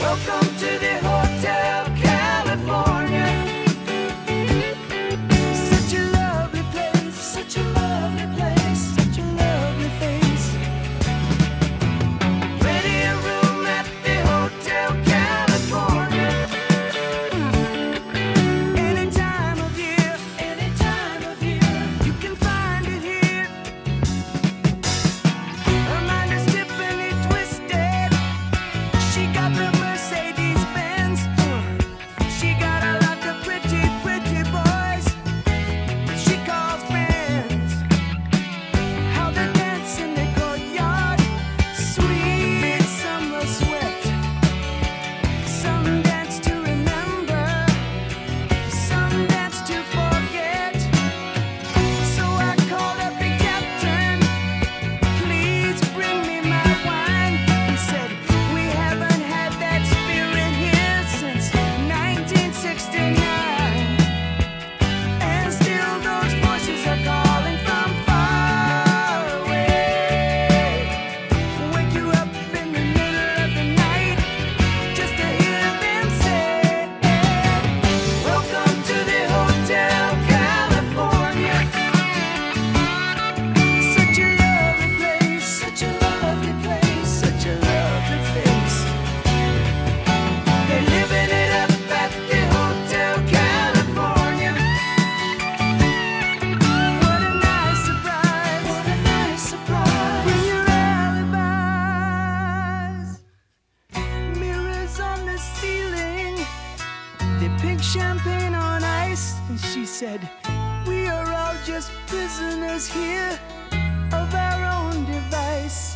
champagne on ice, and she said, we are all just prisoners here of our own device.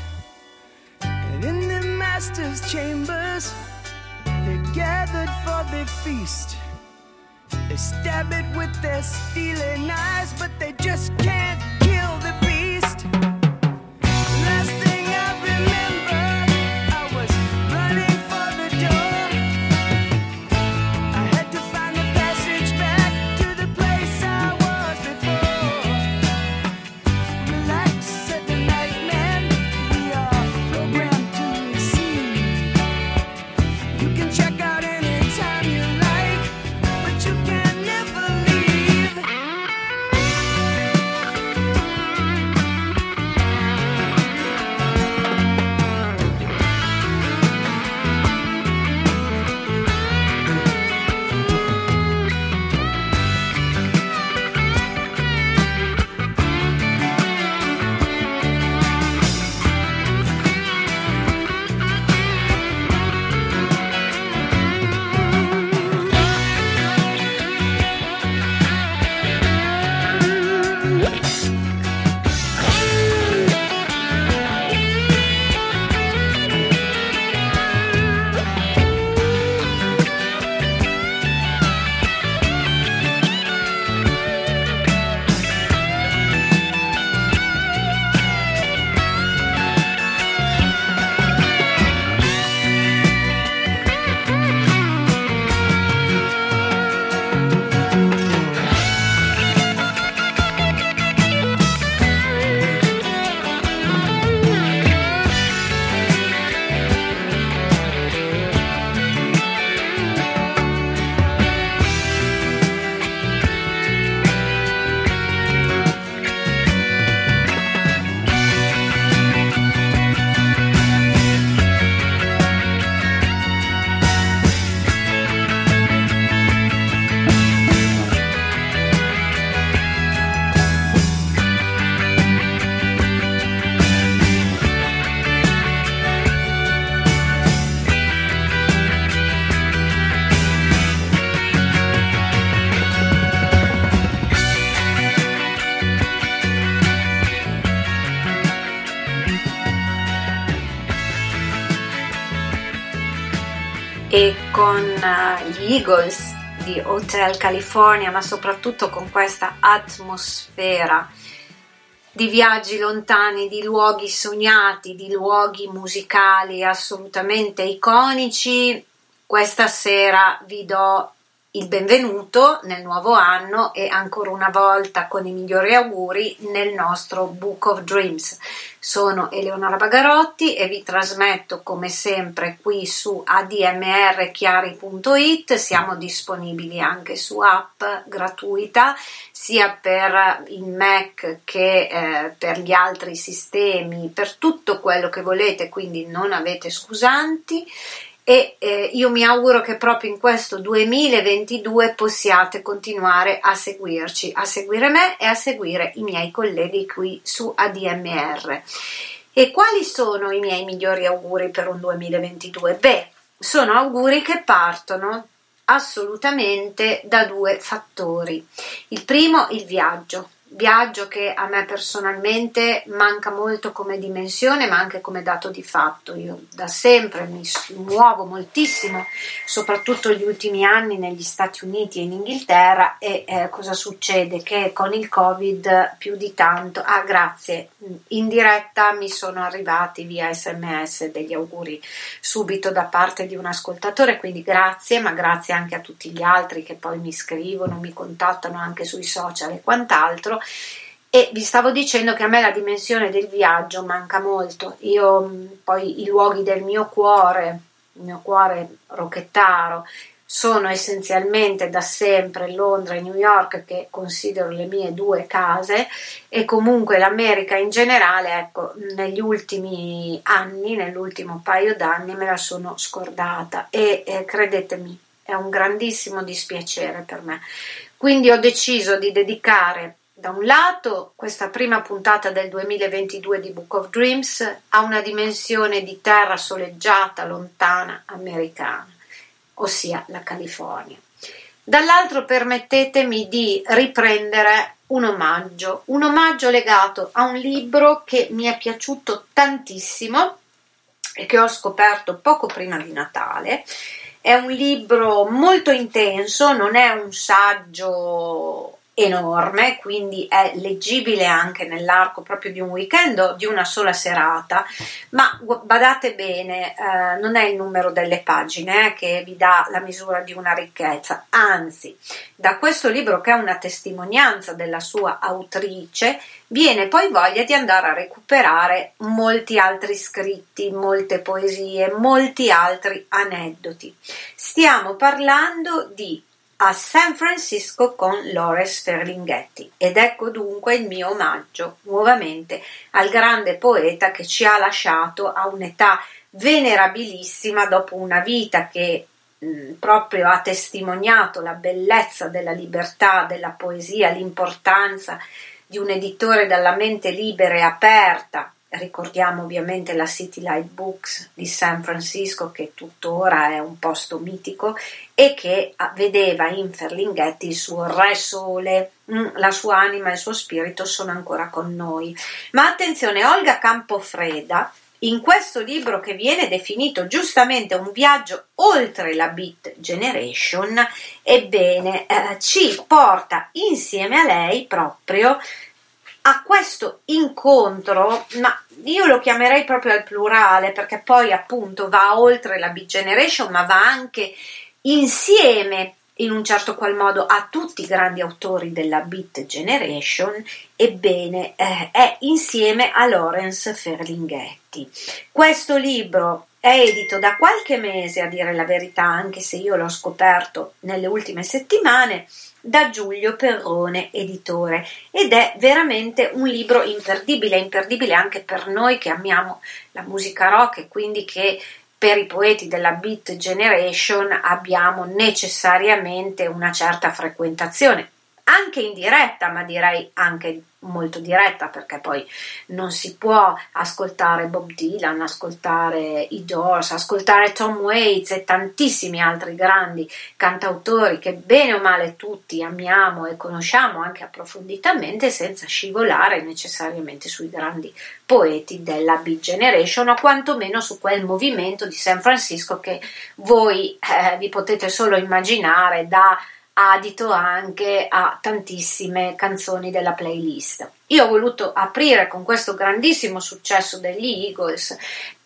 And in the master's chambers, they're gathered for the feast. They stab it with their steely knives, but they just can't kill the beast. Last thing I remember, I was running for the door. I had to find the passage back to the place I was before. Relax, said the night man, we are programmed to receive. You can check out anytime you like, but you can never leave. E con gli Eagles di Hotel California, ma soprattutto con questa atmosfera di viaggi lontani, di luoghi sognati, di luoghi musicali assolutamente iconici, questa sera vi do il benvenuto nel nuovo anno e ancora una volta con i migliori auguri nel nostro Book of Dreams. Sono Eleonora Bagarotti e vi trasmetto come sempre qui su admrchiari.it. Siamo disponibili anche su app gratuita sia per il Mac che per gli altri sistemi, per tutto quello che volete, quindi non avete scusanti. E io mi auguro che proprio in questo 2022 possiate continuare a seguirci, a seguire me e a seguire i miei colleghi qui su ADMR. E quali sono i miei migliori auguri per un 2022? Beh, sono auguri che partono assolutamente da due fattori. Il primo, il viaggio che a me personalmente manca molto come dimensione, ma anche come dato di fatto. Io da sempre mi muovo moltissimo, soprattutto gli ultimi anni negli Stati Uniti e in Inghilterra, e cosa succede? Che con il Covid più di tanto, grazie, in diretta mi sono arrivati via SMS degli auguri subito da parte di un ascoltatore, quindi grazie, ma grazie anche a tutti gli altri che poi mi scrivono, mi contattano anche sui social e quant'altro. E vi stavo dicendo che a me la dimensione del viaggio manca molto. Io poi i luoghi del mio cuore, il mio cuore rocchettaro, sono essenzialmente da sempre Londra e New York, che considero le mie due case, e comunque l'America in generale, ecco, negli ultimi anni, nell'ultimo paio d'anni me la sono scordata e credetemi, è un grandissimo dispiacere per me. Quindi ho deciso di dedicare da un lato questa prima puntata del 2022 di Book of Dreams a una dimensione di terra soleggiata, lontana, americana, ossia la California. Dall'altro permettetemi di riprendere un omaggio legato a un libro che mi è piaciuto tantissimo e che ho scoperto poco prima di Natale. È un libro molto intenso, non è un saggio enorme, quindi è leggibile anche nell'arco proprio di un weekend o di una sola serata, ma badate bene, non è il numero delle pagine che vi dà la misura di una ricchezza, anzi, da questo libro, che è una testimonianza della sua autrice, viene poi voglia di andare a recuperare molti altri scritti, molte poesie, molti altri aneddoti. Stiamo parlando di A San Francisco con Lawrence Ferlinghetti, ed ecco dunque il mio omaggio nuovamente al grande poeta che ci ha lasciato a un'età venerabilissima, dopo una vita che proprio ha testimoniato la bellezza della libertà, della poesia, l'importanza di un editore dalla mente libera e aperta. Ricordiamo ovviamente la City Light Books di San Francisco, che tuttora è un posto mitico e che vedeva in Ferlinghetti il suo re sole, la sua anima e il suo spirito sono ancora con noi. Ma attenzione, Olga Campofreda, in questo libro che viene definito giustamente un viaggio oltre la Beat Generation, ebbene, ci porta insieme a lei proprio a questo incontro, ma io lo chiamerei proprio al plurale, perché poi appunto va oltre la Beat Generation, ma va anche insieme in un certo qual modo a tutti i grandi autori della Beat Generation. Ebbene, è insieme a Lawrence Ferlinghetti. Questo libro è edito da qualche mese, a dire la verità, anche se io l'ho scoperto nelle ultime settimane, da Giulio Perrone editore, ed è veramente un libro imperdibile anche per noi che amiamo la musica rock e quindi che per i poeti della Beat Generation abbiamo necessariamente una certa frequentazione, anche indiretta, ma direi anche molto diretta, perché poi non si può ascoltare Bob Dylan, ascoltare i Doors, ascoltare Tom Waits e tantissimi altri grandi cantautori che bene o male tutti amiamo e conosciamo anche approfonditamente, senza scivolare necessariamente sui grandi poeti della Beat Generation, o quantomeno su quel movimento di San Francisco che voi vi potete solo immaginare da adito anche a tantissime canzoni della playlist. Io ho voluto aprire con questo grandissimo successo degli Eagles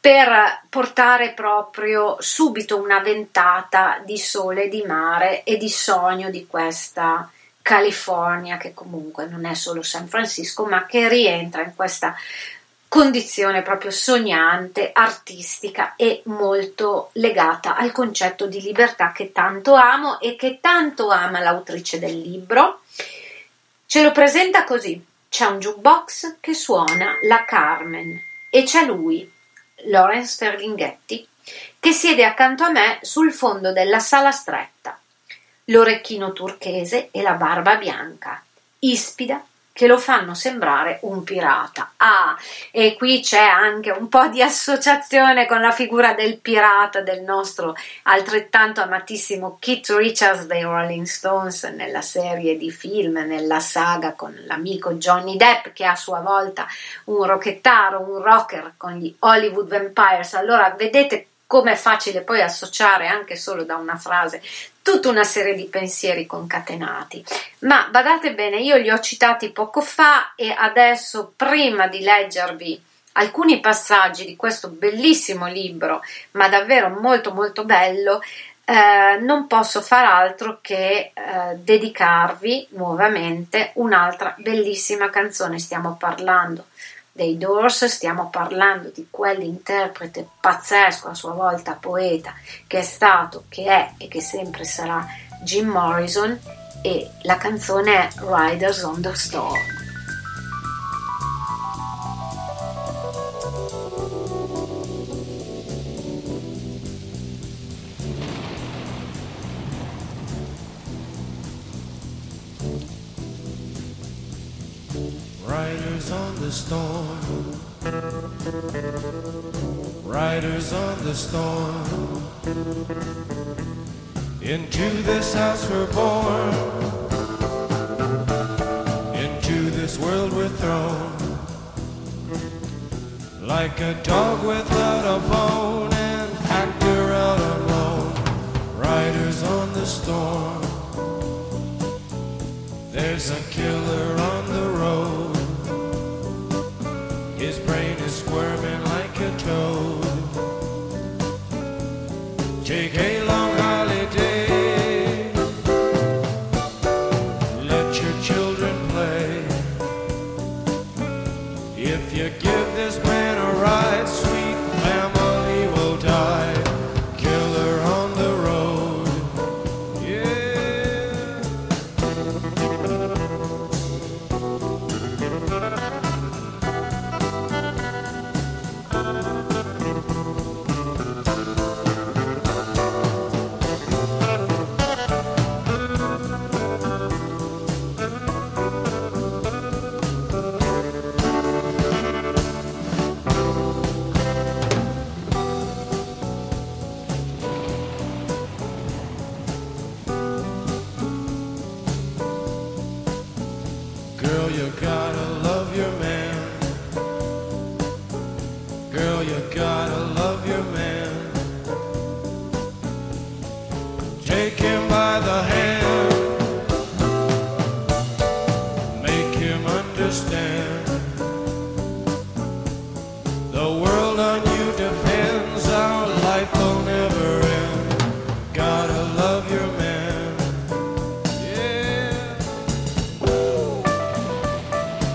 per portare proprio subito una ventata di sole, di mare e di sogno di questa California, che comunque non è solo San Francisco, ma che rientra in questa condizione proprio sognante, artistica e molto legata al concetto di libertà che tanto amo e che tanto ama l'autrice del libro. Ce lo presenta così: c'è un jukebox che suona la Carmen e c'è lui, Lawrence Ferlinghetti, che siede accanto a me sul fondo della sala stretta, l'orecchino turchese e la barba bianca, ispida, che lo fanno sembrare un pirata. E qui c'è anche un po' di associazione con la figura del pirata del nostro altrettanto amatissimo Keith Richards dei Rolling Stones nella serie di film, nella saga con l'amico Johnny Depp, che a sua volta un rockettaro, un rocker con gli Hollywood Vampires. Allora vedete come è facile poi associare anche solo da una frase tutta una serie di pensieri concatenati. Ma badate bene, io li ho citati poco fa e adesso, prima di leggervi alcuni passaggi di questo bellissimo libro, ma davvero molto molto bello, non posso far altro che dedicarvi nuovamente un'altra bellissima canzone. Stiamo parlando dei Doors, stiamo parlando di quell'interprete pazzesco, a sua volta poeta, che è stato, che è e che sempre sarà Jim Morrison, e la canzone è Riders on the Storm. Riders on the storm, riders on the storm, into this house we're born, into this world we're thrown, like a dog without a bone, an actor out alone. Riders on the storm, there's a killer on the road. His brain is squirming like a toad. Take a long holiday, let your children play. If you give this man a ride, sweet family will die. Killer on the road, yeah. Girl, you gotta love your man. Girl, you gotta love your man. Take him by the hand, make him understand. The world on you depends, our life will never end. Gotta love your man. Yeah.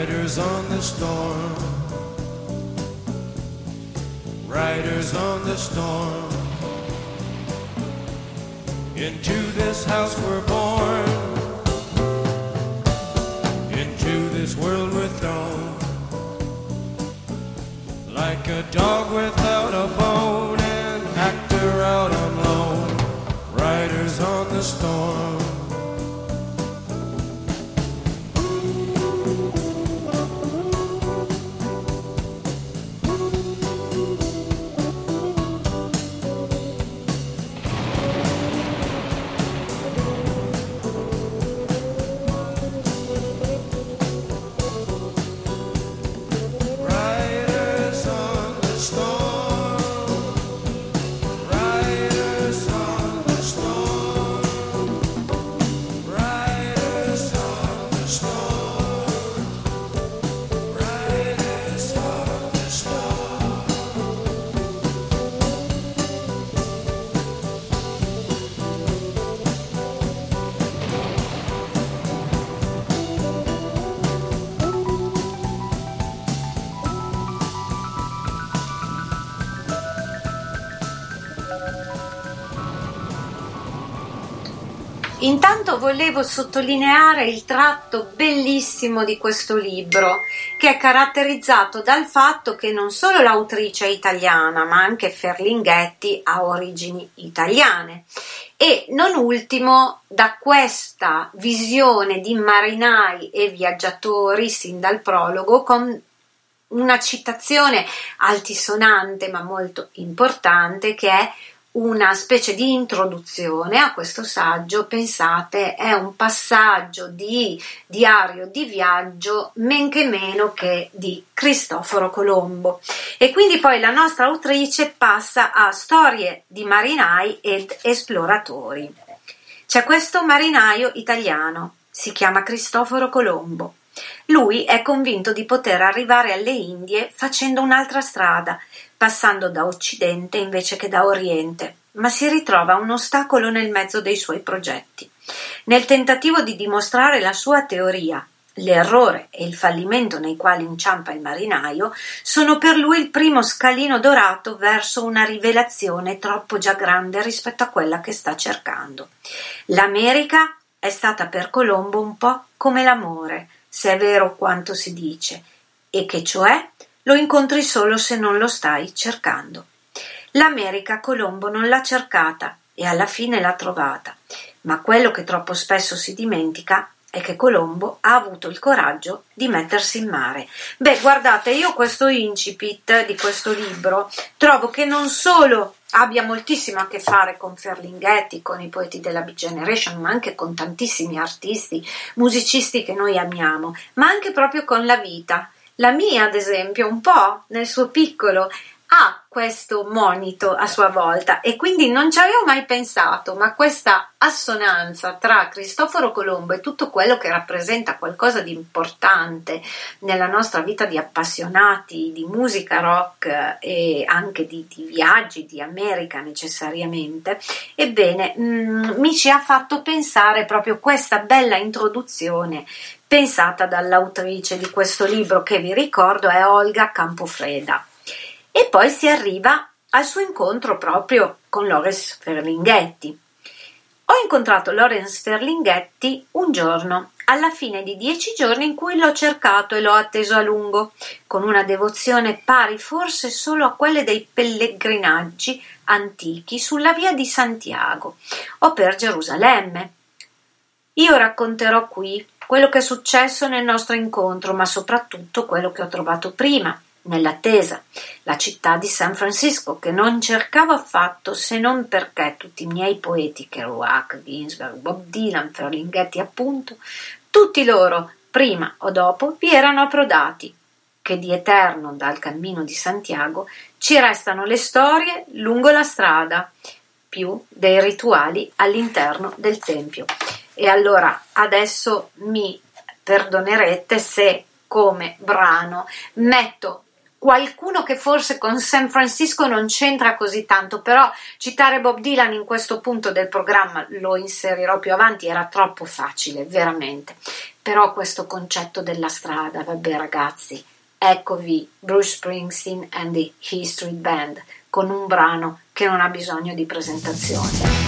Riders on the storm, riders on the storm. Into this house we're born, into this world we're thrown, like a dog without a bone, an actor out on loan. Riders on the storm. Intanto volevo sottolineare il tratto bellissimo di questo libro, che è caratterizzato dal fatto che non solo l'autrice è italiana, ma anche Ferlinghetti ha origini italiane, e non ultimo da questa visione di marinai e viaggiatori sin dal prologo, con una citazione altisonante ma molto importante, che è una specie di introduzione a questo saggio. Pensate, è un passaggio di diario di viaggio men che meno che di Cristoforo Colombo, e quindi poi la nostra autrice passa a storie di marinai ed esploratori. C'è questo marinaio italiano, si chiama Cristoforo Colombo. Lui è convinto di poter arrivare alle Indie facendo un'altra strada, passando da Occidente invece che da Oriente, ma si ritrova un ostacolo nel mezzo dei suoi progetti. Nel tentativo di dimostrare la sua teoria, l'errore e il fallimento nei quali inciampa il marinaio sono per lui il primo scalino dorato verso una rivelazione troppo già grande rispetto a quella che sta cercando. L'America è stata per Colombo un po' come l'amore, se è vero quanto si dice, e che cioè lo incontri solo se non lo stai cercando. L'America Colombo non l'ha cercata e alla fine l'ha trovata, ma quello che troppo spesso si dimentica è che Colombo ha avuto il coraggio di mettersi in mare. Beh, guardate, io questo incipit di questo libro trovo che non solo abbia moltissimo a che fare con Ferlinghetti, con i poeti della Beat Generation, ma anche con tantissimi artisti, musicisti che noi amiamo, ma anche proprio con la vita. La mia, ad esempio, un po' nel suo piccolo ha questo monito a sua volta, e quindi non ci avevo mai pensato, ma questa assonanza tra Cristoforo Colombo e tutto quello che rappresenta qualcosa di importante nella nostra vita di appassionati di musica rock e anche di viaggi, di America necessariamente, ebbene mi ci ha fatto pensare proprio questa bella introduzione pensata dall'autrice di questo libro, che vi ricordo è Olga Campofreda. E poi si arriva al suo incontro proprio con Lawrence Ferlinghetti. Ho incontrato Lawrence Ferlinghetti un giorno, alla fine di 10 giorni in cui l'ho cercato e l'ho atteso a lungo, con una devozione pari forse solo a quelle dei pellegrinaggi antichi sulla via di Santiago o per Gerusalemme. Io racconterò qui quello che è successo nel nostro incontro, ma soprattutto quello che ho trovato prima, nell'attesa, la città di San Francisco, che non cercavo affatto, se non perché tutti i miei poeti, Kerouac, Ginsberg, Bob Dylan, Ferlinghetti appunto, tutti loro, prima o dopo, vi erano approdati, che di eterno dal cammino di Santiago ci restano le storie lungo la strada, più dei rituali all'interno del tempio. E allora adesso mi perdonerete se come brano metto qualcuno che forse con San Francisco non c'entra così tanto, però citare Bob Dylan in questo punto del programma, lo inserirò più avanti, era troppo facile, veramente. Però questo concetto della strada, vabbè ragazzi, eccovi Bruce Springsteen and the E Street Band con un brano che non ha bisogno di presentazione.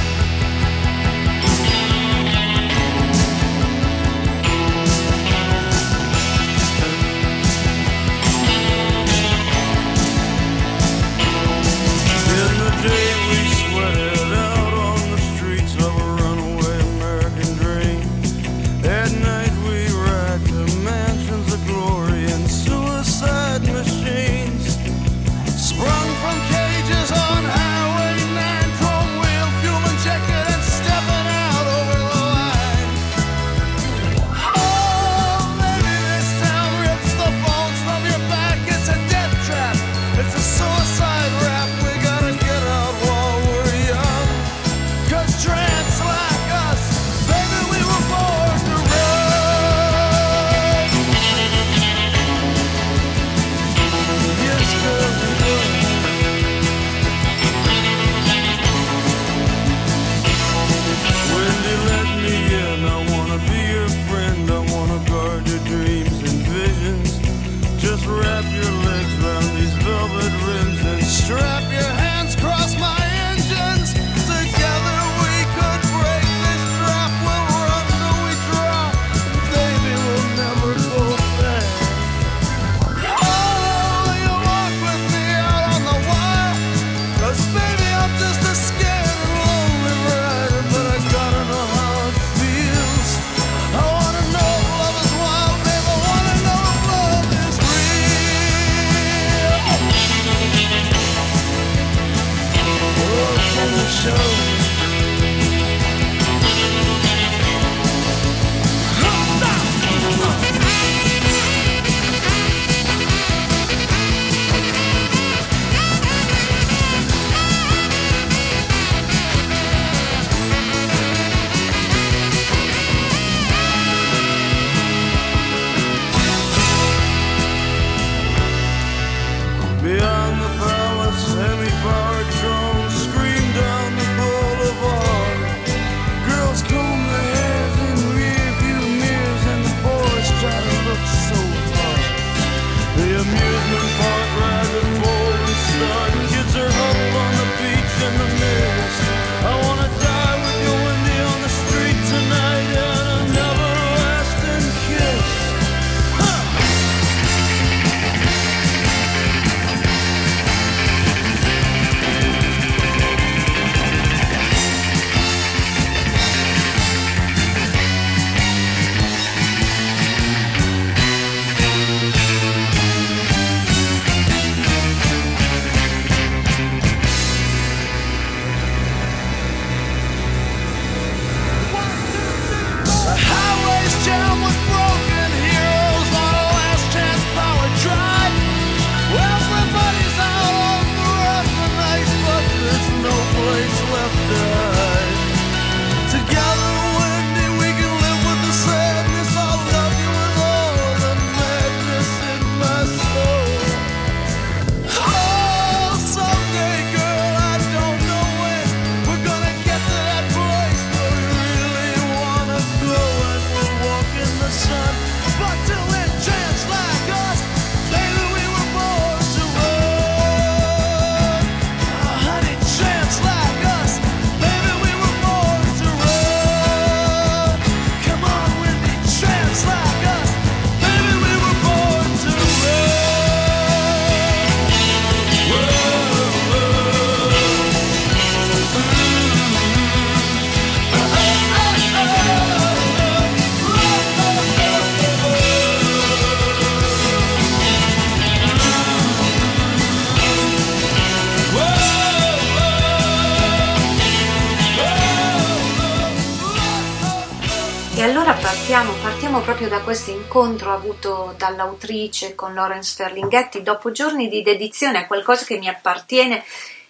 Partiamo proprio da questo incontro avuto dall'autrice con Lawrence Ferlinghetti dopo giorni di dedizione a qualcosa che mi appartiene.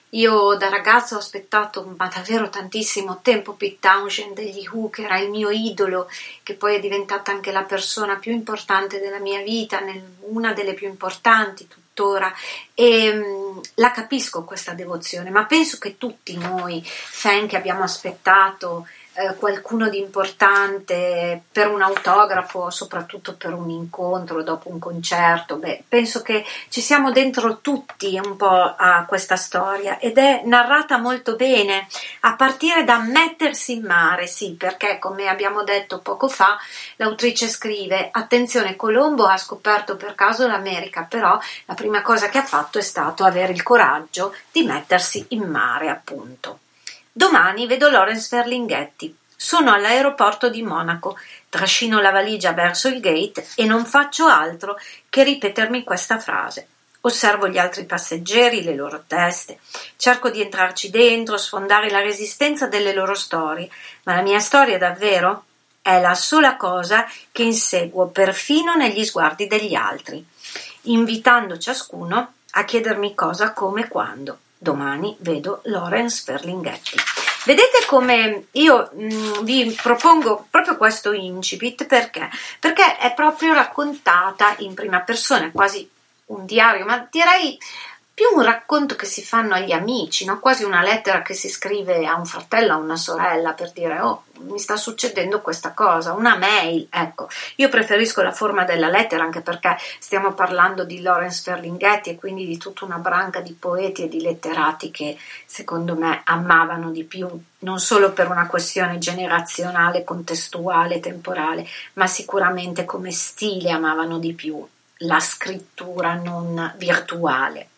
Io da ragazzo ho aspettato ma davvero tantissimo tempo Pete Townshend degli Who, che era il mio idolo, che poi è diventata anche la persona più importante della mia vita, una delle più importanti, tuttora e la capisco questa devozione, ma penso che tutti noi fan che abbiamo aspettato qualcuno di importante per un autografo, soprattutto per un incontro dopo un concerto, penso che ci siamo dentro tutti un po' a questa storia, ed è narrata molto bene, a partire da mettersi in mare, sì, perché come abbiamo detto poco fa, l'autrice scrive: attenzione, Colombo ha scoperto per caso l'America, però la prima cosa che ha fatto è stato avere il coraggio di mettersi in mare, appunto. Domani vedo Lawrence Ferlinghetti. Sono all'aeroporto di Monaco, trascino la valigia verso il gate e non faccio altro che ripetermi questa frase. Osservo gli altri passeggeri, le loro teste, cerco di entrarci dentro, sfondare la resistenza delle loro storie, ma la mia storia davvero è la sola cosa che inseguo perfino negli sguardi degli altri, invitando ciascuno a chiedermi cosa, come, quando. Domani vedo Lawrence Ferlinghetti. Vedete come io vi propongo proprio questo incipit, perché è proprio raccontata in prima persona, è quasi un diario, ma direi più un racconto che si fanno agli amici, no? Quasi una lettera che si scrive a un fratello, a una sorella, per dire: oh, mi sta succedendo questa cosa, una mail. Ecco, io preferisco la forma della lettera, anche perché stiamo parlando di Lawrence Ferlinghetti e quindi di tutta una branca di poeti e di letterati che secondo me amavano di più, non solo per una questione generazionale, contestuale, temporale, ma sicuramente come stile amavano di più la scrittura non virtuale.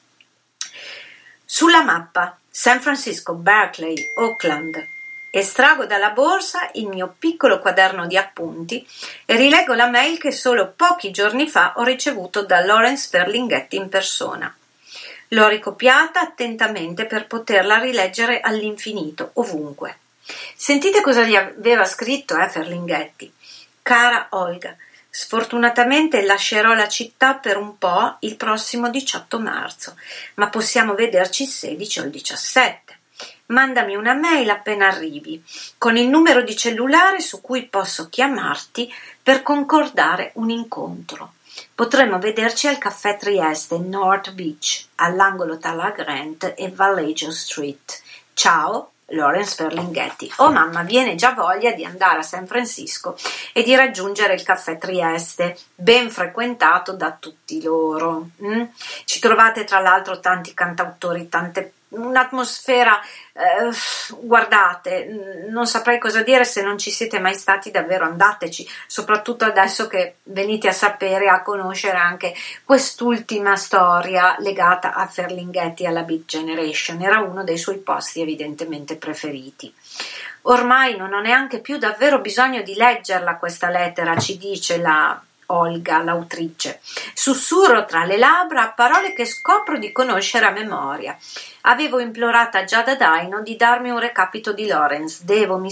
Sulla mappa: San Francisco, Berkeley, Oakland. Estraggo dalla borsa il mio piccolo quaderno di appunti e rileggo la mail che solo pochi giorni fa ho ricevuto da Lawrence Ferlinghetti in persona. L'ho ricopiata attentamente per poterla rileggere all'infinito, ovunque. Sentite cosa gli aveva scritto Ferlinghetti. Cara Olga, sfortunatamente lascerò la città per un po' il prossimo 18 marzo, ma possiamo vederci il 16 o il 17. Mandami una mail appena arrivi, con il numero di cellulare su cui posso chiamarti per concordare un incontro. Potremmo vederci al caffè Trieste, North Beach, all'angolo tra Grant e Vallejo Street. Ciao, Lawrence Ferlinghetti. Oh mamma, viene già voglia di andare a San Francisco e di raggiungere il caffè Trieste, ben frequentato da tutti loro. Ci trovate tra l'altro tanti cantautori, un'atmosfera, guardate, non saprei cosa dire, se non ci siete mai stati davvero andateci, soprattutto adesso che venite a sapere, a conoscere anche quest'ultima storia legata a Ferlinghetti e alla Beat Generation. Era uno dei suoi posti evidentemente preferiti. Ormai non ho neanche più davvero bisogno di leggerla questa lettera, ci dice la Olga, l'autrice. Sussurro tra le labbra parole che scopro di conoscere a memoria. Avevo implorata già da Daino di darmi un recapito di Lawrence.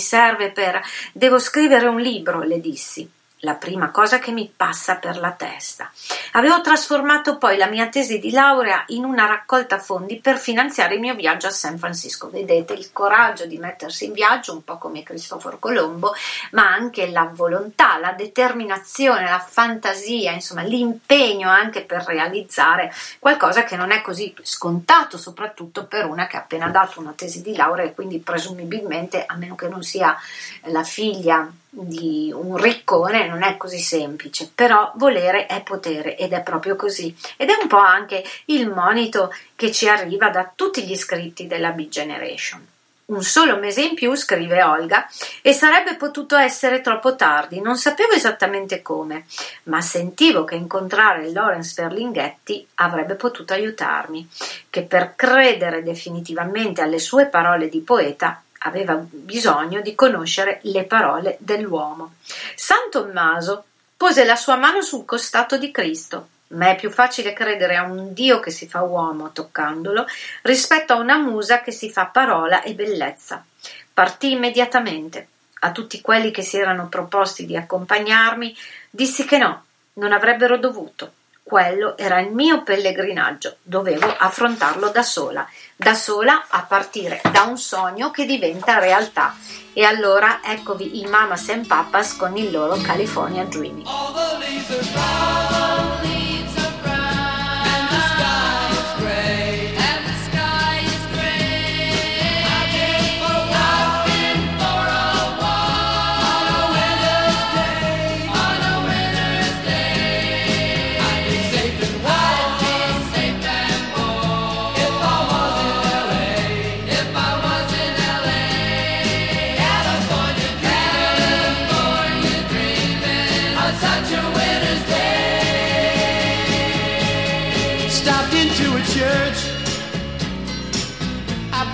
Devo scrivere un libro, le dissi. La prima cosa che mi passa per la testa. Avevo trasformato poi la mia tesi di laurea in una raccolta fondi per finanziare il mio viaggio a San Francisco. Vedete il coraggio di mettersi in viaggio, un po' come Cristoforo Colombo, ma anche la volontà, la determinazione, la fantasia, insomma l'impegno anche per realizzare qualcosa che non è così scontato, soprattutto per una che ha appena dato una tesi di laurea e quindi presumibilmente, a meno che non sia la figlia di un riccone, non è così semplice. Però volere è potere, ed è proprio così, ed è un po' anche il monito che ci arriva da tutti gli scritti della Beat Generation. Un solo mese in più, scrive Olga, e sarebbe potuto essere troppo tardi. Non sapevo esattamente come, ma sentivo che incontrare Lawrence Ferlinghetti avrebbe potuto aiutarmi, che per credere definitivamente alle sue parole di poeta aveva bisogno di conoscere le parole dell'uomo. San Tommaso pose la sua mano sul costato di Cristo. Ma è più facile credere a un Dio che si fa uomo toccandolo rispetto a una musa che si fa parola e bellezza. Partì immediatamente. A tutti quelli che si erano proposti di accompagnarmi dissi che no, non avrebbero dovuto. Quello era il mio pellegrinaggio, dovevo affrontarlo da sola a partire da un sogno che diventa realtà. E allora eccovi i Mamas and Papas con il loro California Dreaming. All the leaves are brown, and the sky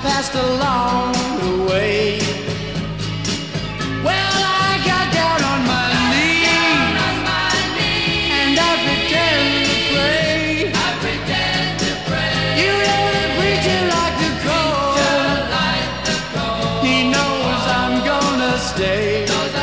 passed along the way. Well, I got down on my knees and I pretend to pray. You know the preacher like the cold. He knows I'm gonna stay.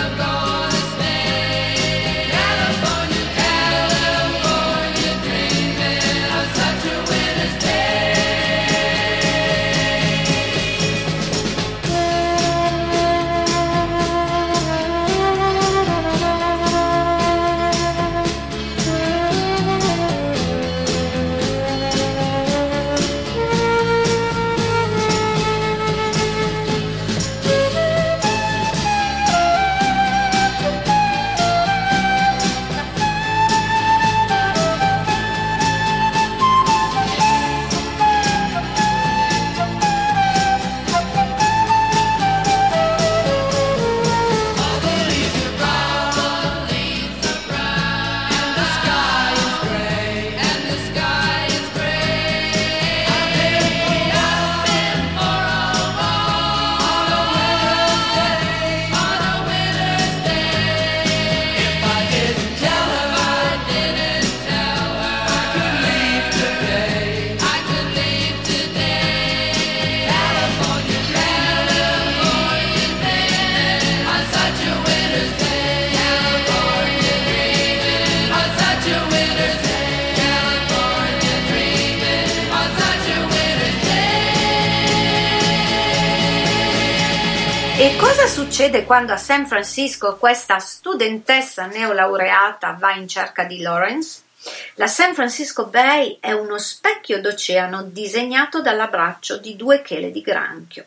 E cosa succede quando a San Francisco questa studentessa neolaureata va in cerca di Lawrence? La San Francisco Bay è uno specchio d'oceano disegnato dall'abbraccio di due chele di granchio.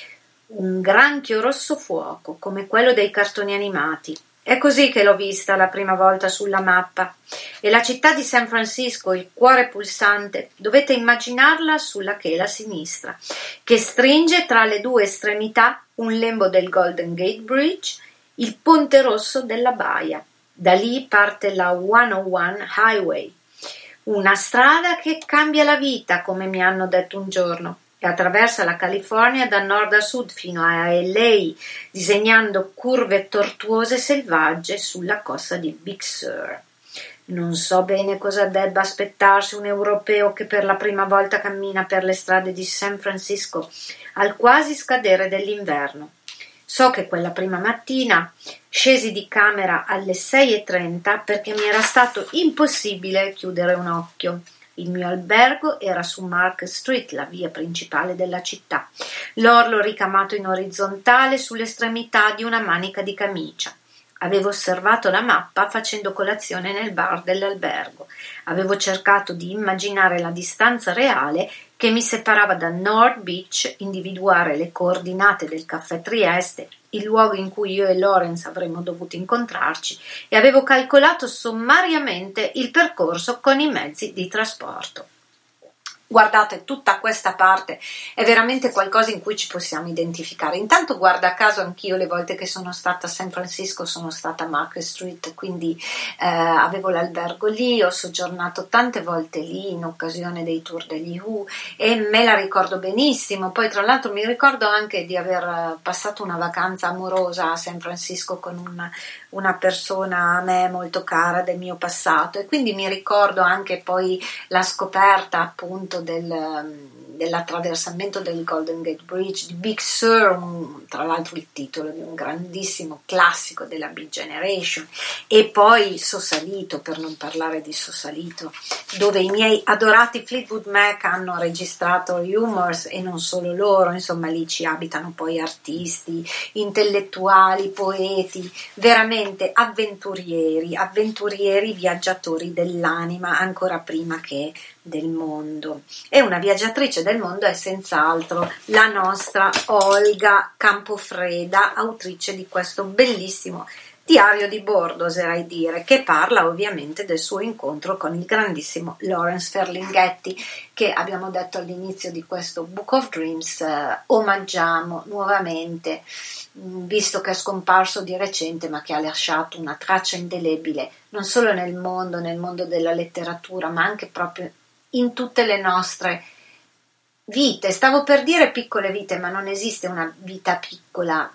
Un granchio rosso fuoco, come quello dei cartoni animati. È così che l'ho vista la prima volta sulla mappa. E la città di San Francisco, il cuore pulsante, dovete immaginarla sulla chela sinistra, che stringe tra le due estremità un lembo del Golden Gate Bridge, il ponte rosso della baia. Da lì parte la 101 Highway, una strada che cambia la vita, come mi hanno detto un giorno, e attraversa la California da nord a sud fino a LA, disegnando curve tortuose e selvagge sulla costa di Big Sur. Non so bene cosa debba aspettarsi un europeo che per la prima volta cammina per le strade di San Francisco al quasi scadere dell'inverno. So che quella prima mattina scesi di camera alle 6:30 perché mi era stato impossibile chiudere un occhio. Il mio albergo era su Market Street, la via principale della città, l'orlo ricamato in orizzontale sull'estremità di una manica di camicia. Avevo osservato la mappa facendo colazione nel bar dell'albergo. Avevo cercato di immaginare la distanza reale che mi separava da North Beach, individuare le coordinate del caffè Trieste, il luogo in cui io e Lawrence avremmo dovuto incontrarci, e avevo calcolato sommariamente il percorso con i mezzi di trasporto. Guardate, tutta questa parte è veramente qualcosa in cui ci possiamo identificare. Intanto, guarda caso, anch'io le volte che sono stata a San Francisco sono stata a Market Street, quindi avevo l'albergo lì, ho soggiornato tante volte lì in occasione dei tour degli Who e me la ricordo benissimo. Poi tra l'altro mi ricordo anche di aver passato una vacanza amorosa a San Francisco con una persona a me molto cara del mio passato, e quindi mi ricordo anche poi la scoperta appunto dell'attraversamento del Golden Gate Bridge di Big Sur, tra l'altro il titolo di un grandissimo classico della Big Generation, e poi Sausalito, per non parlare di Sausalito, dove i miei adorati Fleetwood Mac hanno registrato Humors, e non solo loro, insomma lì ci abitano poi artisti, intellettuali, poeti, veramente avventurieri, viaggiatori dell'anima, ancora prima che del mondo. E una viaggiatrice del mondo è senz'altro la nostra Olga Campofreda, autrice di questo bellissimo diario di bordo, oserei dire, che parla ovviamente del suo incontro con il grandissimo Lawrence Ferlinghetti, che abbiamo detto all'inizio di questo Book of Dreams omaggiamo nuovamente, visto che è scomparso di recente, ma che ha lasciato una traccia indelebile non solo nel mondo della letteratura, ma anche proprio in tutte le nostre vite, stavo per dire piccole vite, ma non esiste una vita piccola,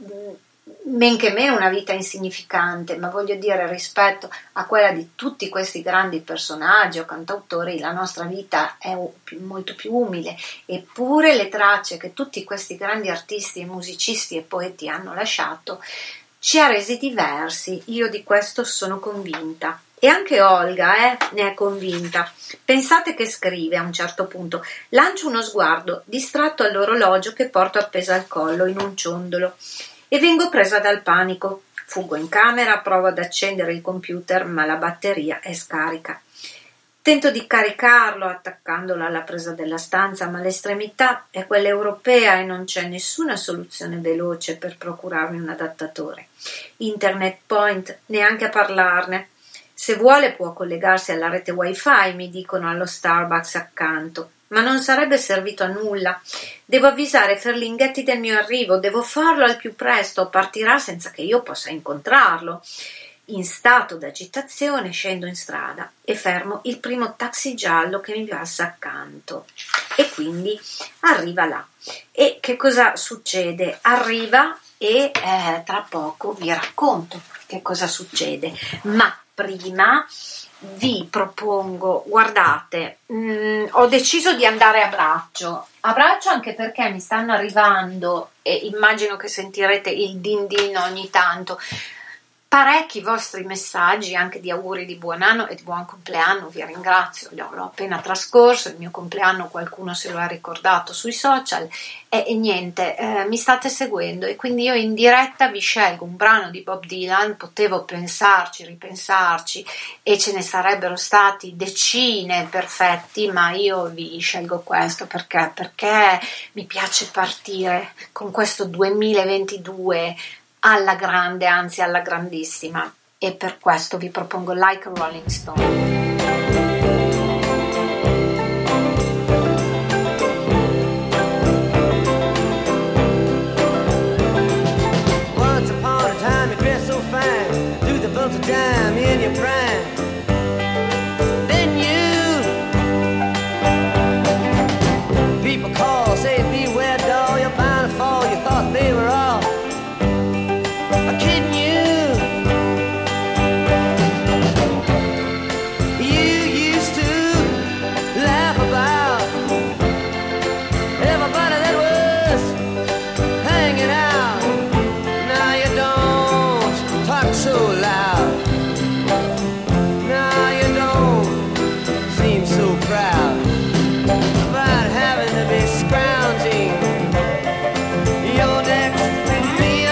men che meno una vita insignificante, ma voglio dire, rispetto a quella di tutti questi grandi personaggi o cantautori, la nostra vita è molto più umile, eppure le tracce che tutti questi grandi artisti e musicisti e poeti hanno lasciato ci ha resi diversi. Io di questo sono convinta. E anche Olga ne è convinta. Pensate che scrive a un certo punto: lancio uno sguardo distratto all'orologio che porto appeso al collo in un ciondolo e vengo presa dal panico. Fuggo in camera, provo ad accendere il computer, ma la batteria è scarica. Tento di caricarlo attaccandolo alla presa della stanza, ma l'estremità è quella europea e non c'è nessuna soluzione veloce per procurarmi un adattatore. Internet point, neanche a parlarne. Se vuole può collegarsi alla rete wifi, mi dicono allo Starbucks accanto, ma non sarebbe servito a nulla. Devo avvisare Ferlinghetti del mio arrivo, devo farlo al più presto, partirà senza che io possa incontrarlo. In stato d'agitazione scendo in strada e fermo il primo taxi giallo che mi passa accanto. E quindi arriva là. E che cosa succede? Arriva e tra poco vi racconto che cosa succede. Ma prima vi propongo, guardate, ho deciso di andare a braccio anche perché mi stanno arrivando, e immagino che sentirete il din din ogni tanto, parecchi vostri messaggi anche di auguri di buon anno e di buon compleanno. Vi ringrazio, l'ho appena trascorso il mio compleanno, qualcuno se lo ha ricordato sui social e niente, mi state seguendo e quindi io in diretta vi scelgo un brano di Bob Dylan. Potevo pensarci, ripensarci e ce ne sarebbero stati decine perfetti, ma io vi scelgo questo perché mi piace partire con questo 2022 alla grande, anzi alla grandissima, e per questo vi propongo Like a Rolling Stone. Once upon a time you dressed so fine, threw the bumps of dime in your prime. Then people call, say beware doll, you're bound to fall, you thought they were all kidding you. You used to laugh about everybody that was hanging out. Now you don't talk so loud. Now you don't seem so proud about having to be scrounging your next meal.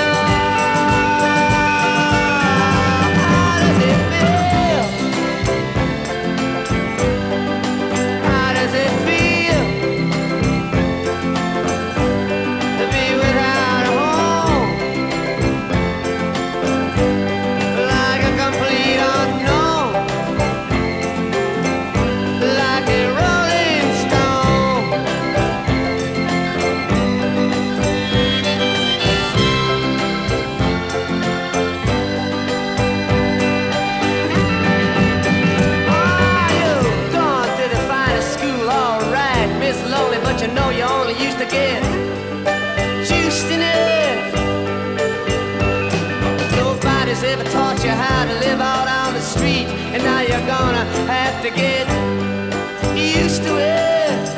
You know you only used to get juiced in it. Nobody's ever taught you how to live out on the street, and now you're gonna have to get used to it.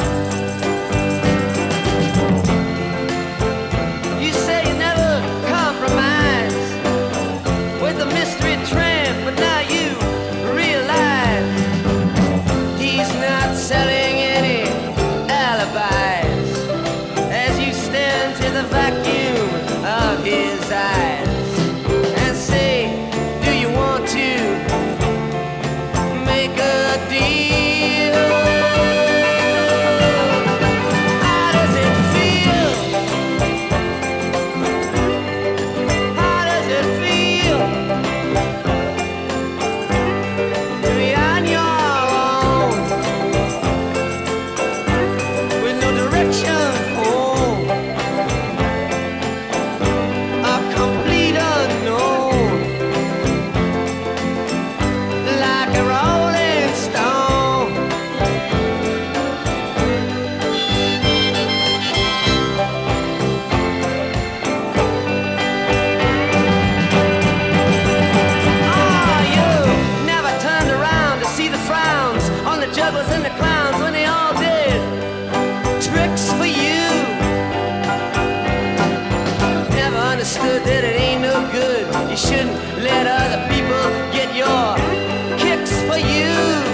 You say you never compromise with the mystery tramp, but now you realize he's not selling any alibis as you stare into the vacuum of his eyes and say, do you want to make a deal? understood that it ain't no good. You shouldn't let other people get your kicks for you.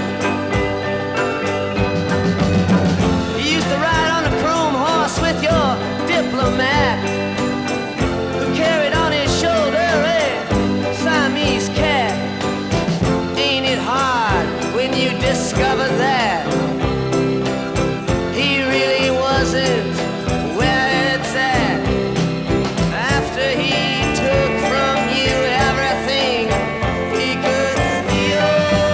You used to ride on a chrome horse with your diplomat, who carried on his shoulder a Siamese cat. Ain't it hard when you discover that he really wasn't where it's at, after he took from you everything he could steal?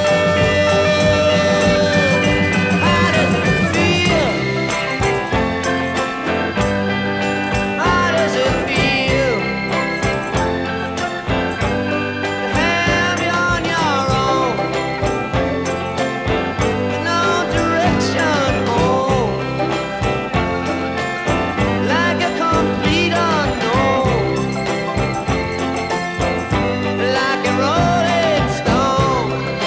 How does it feel? How does it feel to have you on your own, with no direction home, like a complete unknown, like a rolling stone?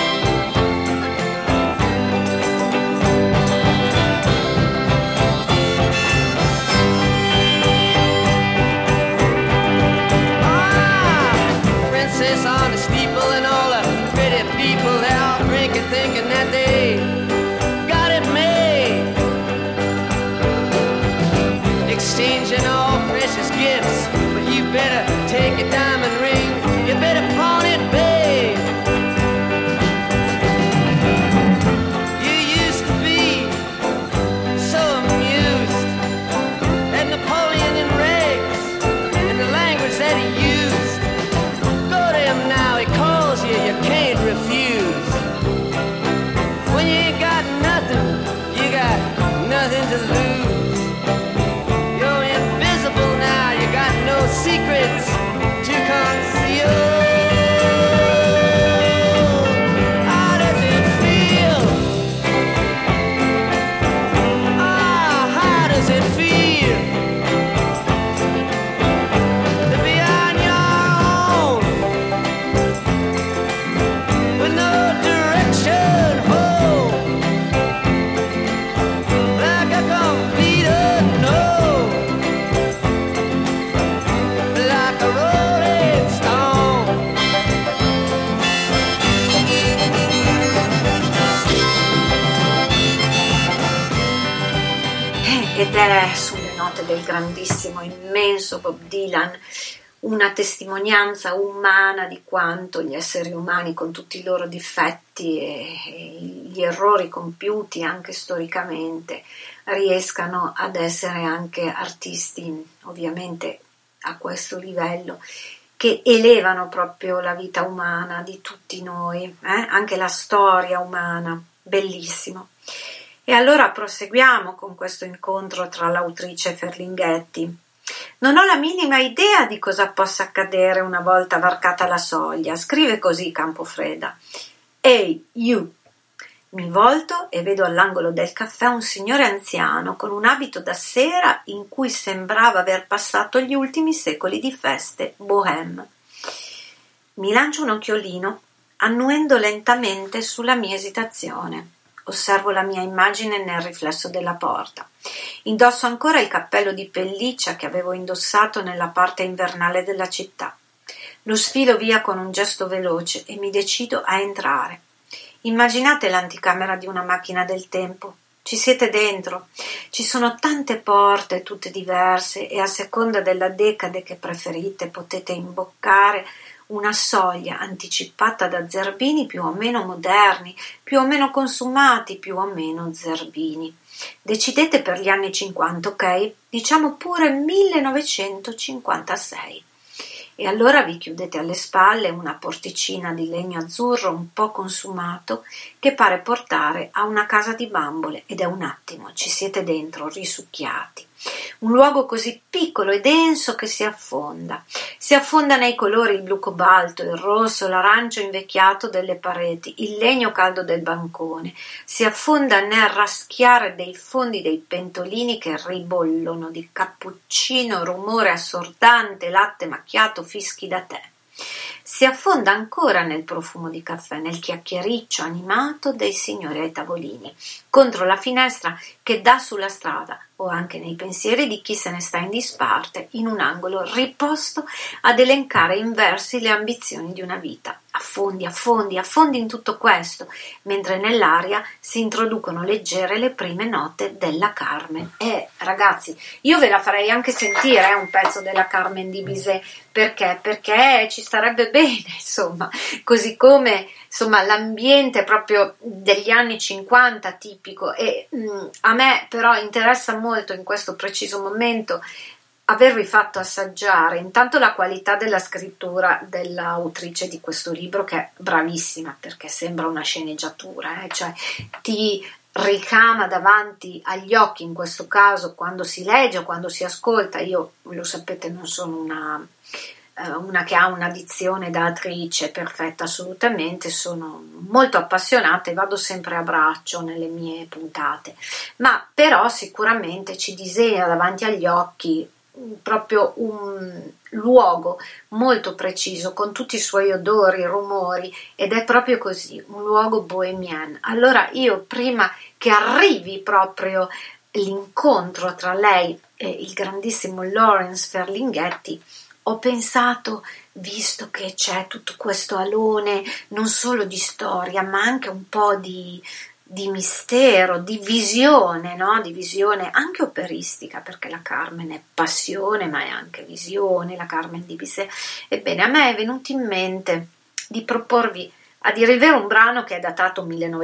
Princess on the steeple and all the pretty people, they're all drinking, thinking that they got it made, exchanging all precious gifts. But you better take your diamond ring, you better pawn it, babe. You used to be so amused at Napoleon and Rex and the language that he used. Go to him now, he calls you, you can't refuse. When you ain't got nothing, you got nothing to lose. You're invisible now, you got no secrets to conceal. How does it feel? How does it feel to be on your own, with no direction home, like a complete unknown, like a rolling stone? Ed è sulle note del grandissimo, immenso Bob Dylan una testimonianza umana di quanto gli esseri umani, con tutti i loro difetti e gli errori compiuti anche storicamente, riescano ad essere anche artisti, ovviamente a questo livello, che elevano proprio la vita umana di tutti noi, anche la storia umana, bellissimo. E allora proseguiamo con questo incontro tra l'autrice e Ferlinghetti. Non ho la minima idea di cosa possa accadere una volta varcata la soglia, scrive così Campofreda. Ehi, you! Mi volto e vedo all'angolo del caffè un signore anziano con un abito da sera in cui sembrava aver passato gli ultimi secoli di feste bohème. Mi lancio un occhiolino, annuendo lentamente sulla mia esitazione. Osservo la mia immagine nel riflesso della porta. Indosso ancora il cappello di pelliccia che avevo indossato nella parte invernale della città. Lo sfilo via con un gesto veloce e mi decido a entrare. Immaginate l'anticamera di una macchina del tempo. Ci siete dentro. Ci sono tante porte, tutte diverse, e a seconda della decade che preferite potete imboccare una soglia anticipata da zerbini più o meno moderni, più o meno consumati, più o meno zerbini. Decidete per gli anni 50, ok? Diciamo pure 1956. E allora vi chiudete alle spalle una porticina di legno azzurro un po' consumato che pare portare a una casa di bambole, ed è un attimo, ci siete dentro risucchiati. Un luogo così piccolo e denso che si affonda nei colori, il blu cobalto, il rosso, l'arancio invecchiato delle pareti, il legno caldo del bancone, si affonda nel raschiare dei fondi dei pentolini che ribollono di cappuccino, rumore assordante, latte macchiato, fischi da tè. si affonda ancora nel profumo di caffè, nel chiacchiericcio animato dei signori ai tavolini, contro la finestra che dà sulla strada, o anche nei pensieri di chi se ne sta in disparte, in un angolo riposto ad elencare in versi le ambizioni di una vita. Affondi, affondi, affondi in tutto questo, mentre nell'aria si introducono leggere le prime note della Carmen. Ragazzi, io ve la farei anche sentire un pezzo della Carmen di Bizet, perché ci starebbe bene, insomma, così come insomma l'ambiente proprio degli anni 50 tipico, e a me però interessa molto in questo preciso momento avervi fatto assaggiare intanto la qualità della scrittura dell'autrice di questo libro, che è bravissima, perché sembra una sceneggiatura, cioè ti ricama davanti agli occhi, in questo caso quando si legge o quando si ascolta. Io, lo sapete, non sono una che ha una dizione da attrice perfetta, assolutamente, sono molto appassionata e vado sempre a braccio nelle mie puntate, ma però sicuramente ci disegna davanti agli occhi proprio un luogo molto preciso, con tutti i suoi odori, rumori, ed è proprio così, un luogo bohemian. Allora io, prima che arrivi proprio l'incontro tra lei e il grandissimo Lawrence Ferlinghetti, ho pensato, visto che c'è tutto questo alone non solo di storia ma anche un po' di mistero, di visione, no? Di visione anche operistica, perché la Carmen è passione ma è anche visione, la Carmen di Bizet. Ebbene, a me è venuto in mente di proporvi, a dire il vero, un brano che è datato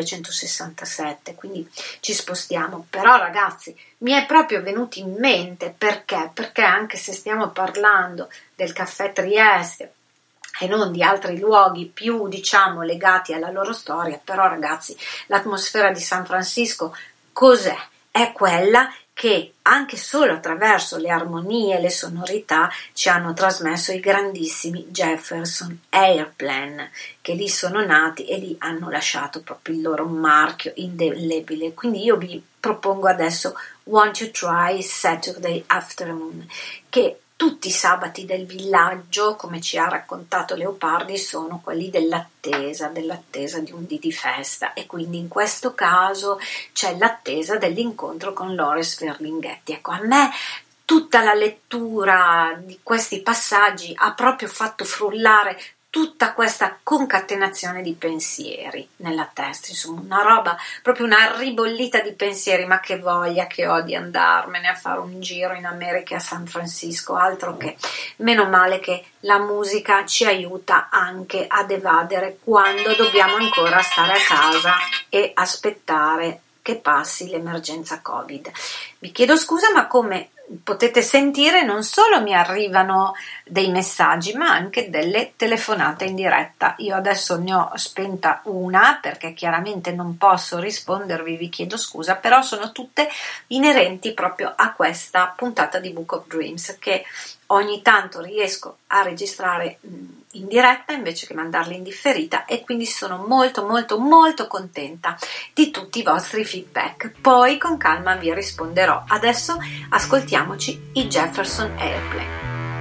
1967, quindi ci spostiamo, però ragazzi mi è proprio venuto in mente perché anche se stiamo parlando del Caffè Trieste e non di altri luoghi più, diciamo, legati alla loro storia, però ragazzi, l'atmosfera di San Francisco cos'è? È quella che anche solo attraverso le armonie e le sonorità ci hanno trasmesso i grandissimi Jefferson Airplane, che lì sono nati e lì hanno lasciato proprio il loro marchio indelebile. Quindi io vi propongo adesso Won't You Try Saturday Afternoon, che tutti i sabati del villaggio, come ci ha raccontato Leopardi, sono quelli dell'attesa di un dì di festa, e quindi in questo caso c'è l'attesa dell'incontro con Lawrence Ferlinghetti. Ecco, a me tutta la lettura di questi passaggi ha proprio fatto frullare tutta questa concatenazione di pensieri nella testa, insomma una roba, proprio una ribollita di pensieri. Ma che voglia che ho di andarmene a fare un giro in America, a San Francisco, altro che. Meno male che la musica ci aiuta anche ad evadere quando dobbiamo ancora stare a casa e aspettare che passi l'emergenza Covid. Vi chiedo scusa, ma come potete sentire non solo mi arrivano dei messaggi ma anche delle telefonate in diretta. Io adesso ne ho spenta una perché chiaramente non posso rispondervi, vi chiedo scusa, però sono tutte inerenti proprio a questa puntata di Book of Dreams, che ogni tanto riesco a registrare in diretta invece che mandarli in differita, e quindi sono molto molto molto contenta di tutti i vostri feedback. Poi con calma vi risponderò. Adesso ascoltiamoci i Jefferson Airplane.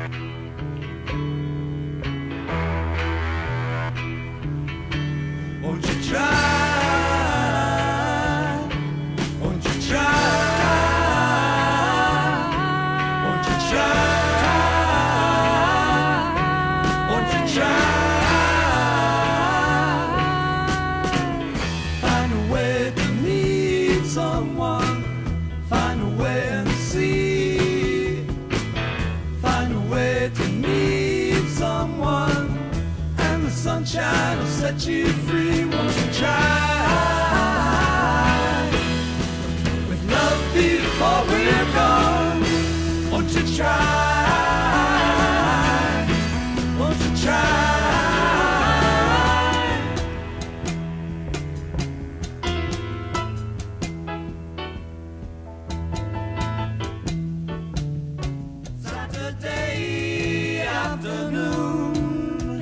Won't you try? Won't you try? Won't you try? Won't you try? Find a way to meet someone. Find a way and see. Find a way to meet someone. And the sunshine will set you free. Won't you try? With love before we're gone. Won't you try? Won't you try? Saturday afternoon.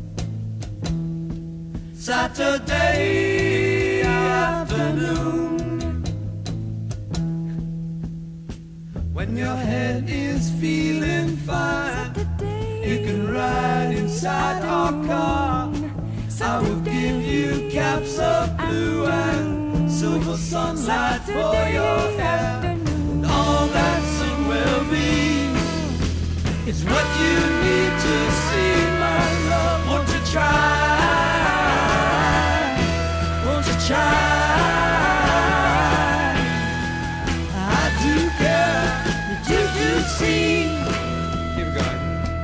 Saturday afternoon. When your head is feeling fine, you can ride in inside our car. I will give you caps of blue and silver sunlight for your hair. And all that sun will be is what you need to see, my love. Won't you try? Won't you try? I do care that you do see. Keep going.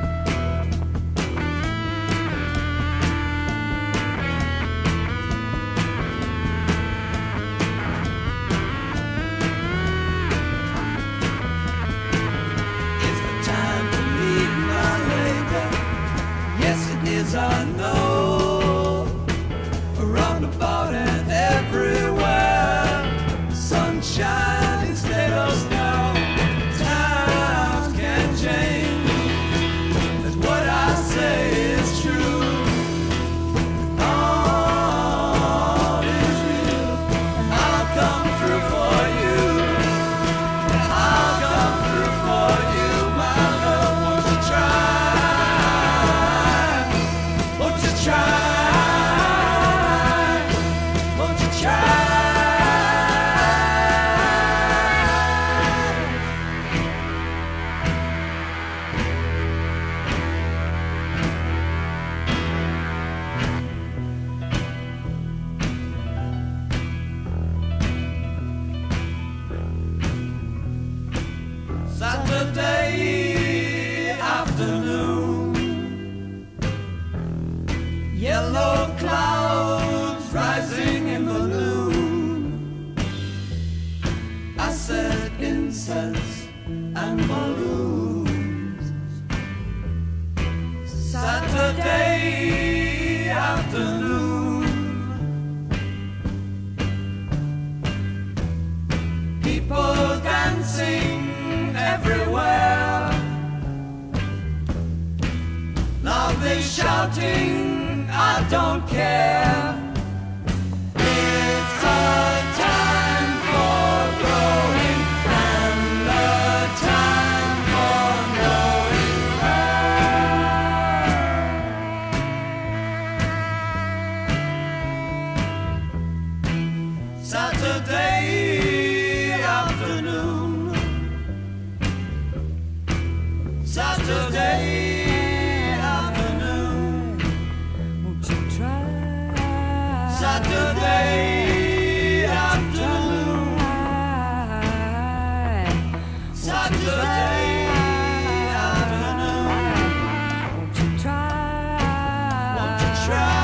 I know, around about and everywhere, sunshine instead of snow. Times can change, that's what I say is true. All is real, I'll come through for you. I'll come through for you, my love. Won't you try? Saturday afternoon, yellow clouds rising in the noon. I said incense and balloons. Saturday afternoon, people dancing everywhere, loudly shouting, I don't care. It's a time for growing and a time for knowing her. Saturday afternoon, Saturday afternoon, won't you try? Saturday afternoon, Saturday afternoon, won't you try? Won't you try?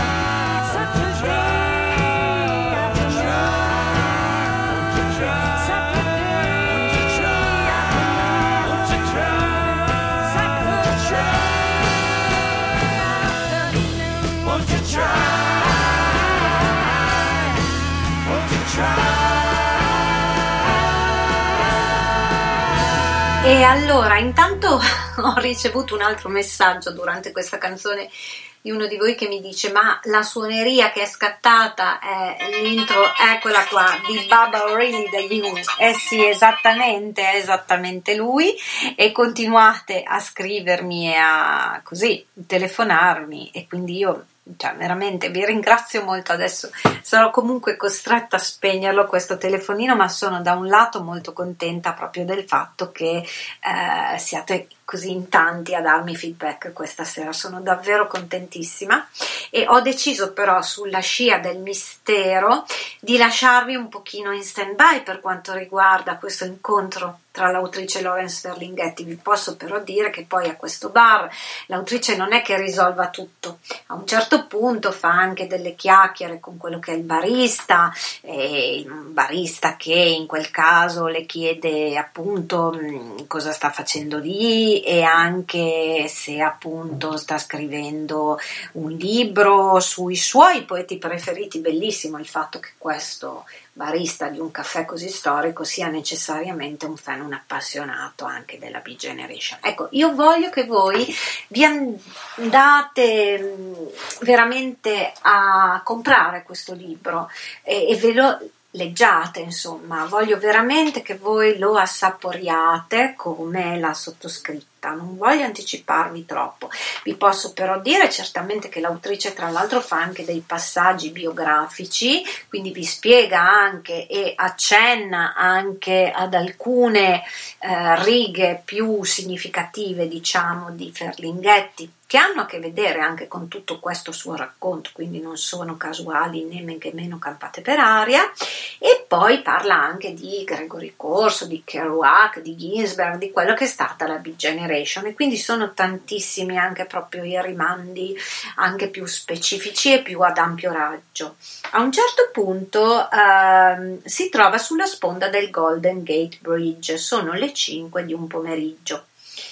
E allora, intanto ho ricevuto un altro messaggio durante questa canzone di uno di voi che mi dice: ma la suoneria che è scattata è l'intro, eccola qua, di Baba O'Reilly degli Who. Sì, esattamente, è esattamente lui. E continuate a scrivermi e a così telefonarmi, e quindi io, cioè, veramente vi ringrazio molto. Adesso sarò comunque costretta a spegnerlo questo telefonino, ma sono da un lato molto contenta proprio del fatto che siate così in tanti a darmi feedback questa sera, sono davvero contentissima. E ho deciso però, sulla scia del mistero, di lasciarvi un pochino in stand-by per quanto riguarda questo incontro tra l'autrice Lawrence Ferlinghetti. Vi posso però dire che poi a questo bar l'autrice non è che risolva tutto, a un certo punto fa anche delle chiacchiere con quello che è il barista che in quel caso le chiede appunto cosa sta facendo lì, e anche se appunto sta scrivendo un libro sui suoi poeti preferiti. Bellissimo il fatto che questo barista di un caffè così storico sia necessariamente un fan, un appassionato anche della Beat Generation. Ecco, io voglio che voi vi andate veramente a comprare questo libro e ve lo leggiate, insomma, voglio veramente che voi lo assaporiate come la sottoscritta. diretta, non voglio anticiparvi troppo. Vi posso però dire certamente che l'autrice tra l'altro fa anche dei passaggi biografici, quindi vi spiega anche e accenna anche ad alcune righe più significative, diciamo, di Ferlinghetti, che hanno a che vedere anche con tutto questo suo racconto, quindi non sono casuali né men che meno campate per aria. E poi parla anche di Gregory Corso, di Kerouac, di Ginsberg, di quello che è stata la Beat Generation, e quindi sono tantissimi anche proprio i rimandi anche più specifici e più ad ampio raggio. A un certo punto si trova sulla sponda del Golden Gate Bridge, sono le 5 di un pomeriggio,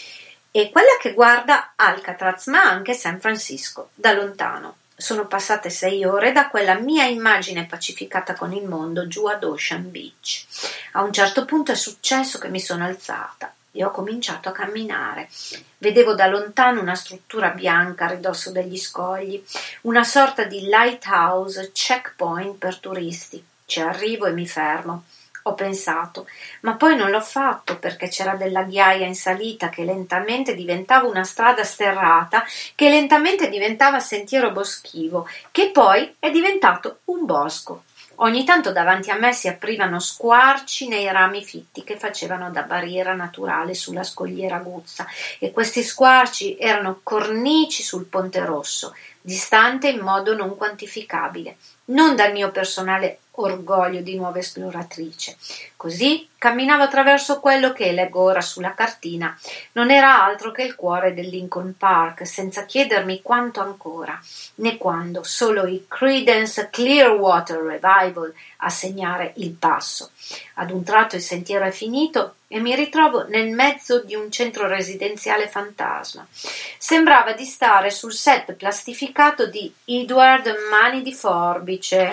e quella che guarda Alcatraz ma anche San Francisco da lontano. Sono passate 6 ore da quella mia immagine pacificata con il mondo giù ad Ocean Beach. A un certo punto è successo che mi sono alzata e ho cominciato a camminare. Vedevo da lontano una struttura bianca a ridosso degli scogli, una sorta di lighthouse checkpoint per turisti. Ci arrivo e mi fermo. Ho pensato, ma poi non l'ho fatto perché c'era della ghiaia in salita che lentamente diventava una strada sterrata, che lentamente diventava sentiero boschivo, che poi è diventato un bosco. Ogni tanto davanti a me si aprivano squarci nei rami fitti che facevano da barriera naturale sulla scogliera aguzza, e questi squarci erano cornici sul Ponte Rosso, distante in modo non quantificabile, non dal mio personale orgoglio di nuova esploratrice. Così camminavo attraverso quello che, leggo ora sulla cartina, non era altro che il cuore del Lincoln Park, senza chiedermi quanto ancora, né quando, solo i Creedence Clearwater Revival a segnare il passo. Ad un tratto il sentiero è finito e mi ritrovo nel mezzo di un centro residenziale fantasma. Sembrava di stare sul set plastificato di Edward Mani di Forbice,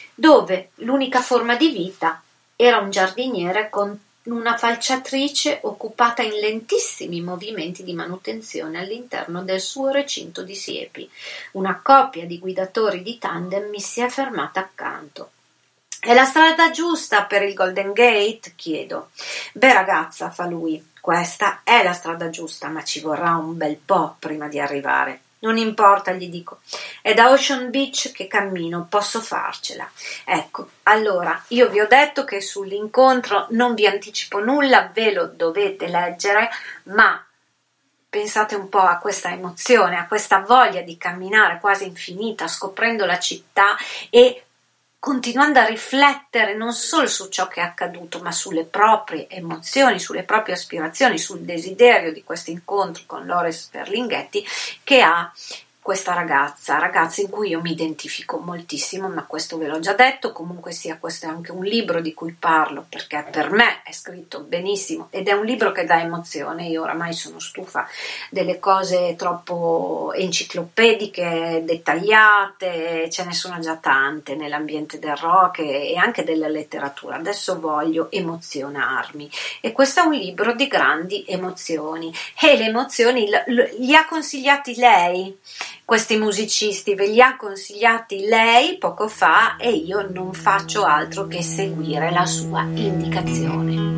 dove l'unica forma di vita era un giardiniere con una falciatrice occupata in lentissimi movimenti di manutenzione all'interno del suo recinto di siepi. Una coppia di guidatori di tandem mi si è fermata accanto. «È la strada giusta per il Golden Gate?» chiedo. «Beh, ragazza», fa lui, «questa è la strada giusta, ma ci vorrà un bel po' prima di arrivare». «Non importa», gli dico, «è da Ocean Beach che cammino, posso farcela». Ecco, allora, io vi ho detto che sull'incontro non vi anticipo nulla, ve lo dovete leggere, ma pensate un po' a questa emozione, a questa voglia di camminare quasi infinita, scoprendo la città e continuando a riflettere non solo su ciò che è accaduto, ma sulle proprie emozioni, sulle proprie aspirazioni, sul desiderio di questo incontro con Loris Ferlinghetti che ha questa ragazza in cui io mi identifico moltissimo, ma questo ve l'ho già detto. Comunque sia, questo è anche un libro di cui parlo perché per me è scritto benissimo ed è un libro che dà emozione. Io oramai sono stufa delle cose troppo enciclopediche, dettagliate, ce ne sono già tante nell'ambiente del rock e anche della letteratura. Adesso voglio emozionarmi e questo è un libro di grandi emozioni, e le emozioni li ha consigliati lei. Questi musicisti ve li ha consigliati lei poco fa e io non faccio altro che seguire la sua indicazione.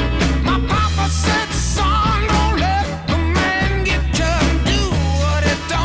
Said, son, don't let the man get you and do what it does.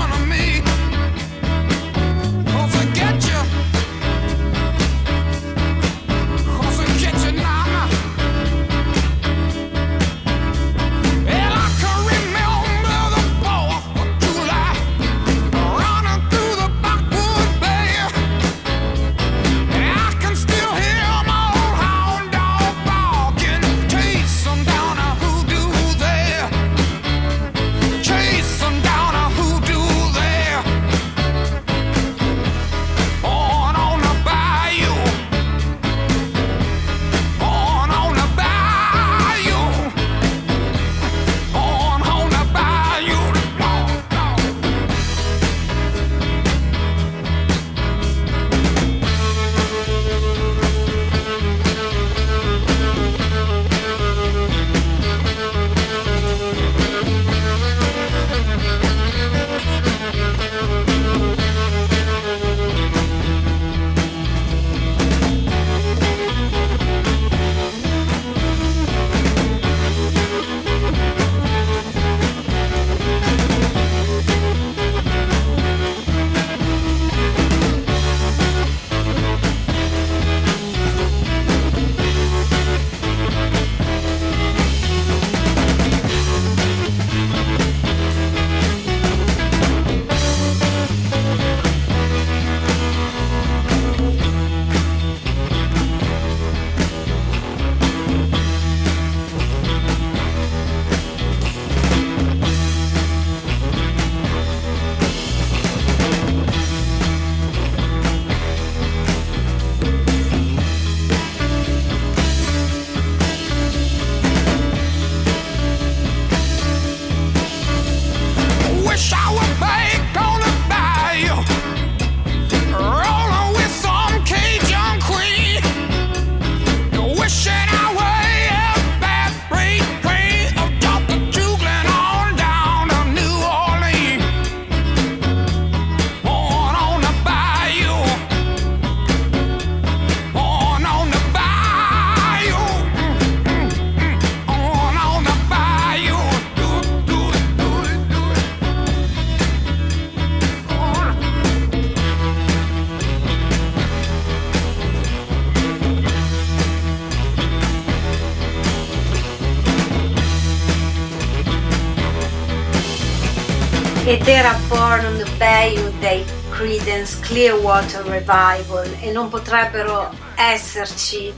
ed era Born on the Bayou dei Creedence Clearwater Revival, e non potrebbero esserci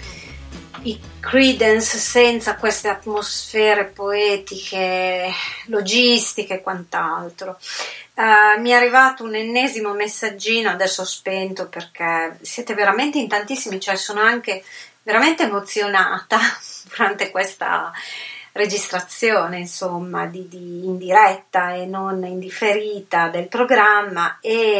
i Creedence senza queste atmosfere poetiche, logistiche e quant'altro. Mi è arrivato un ennesimo messaggino, adesso ho spento perché siete veramente in tantissimi, cioè sono anche veramente emozionata durante questa registrazione, insomma, in diretta e non in differita del programma,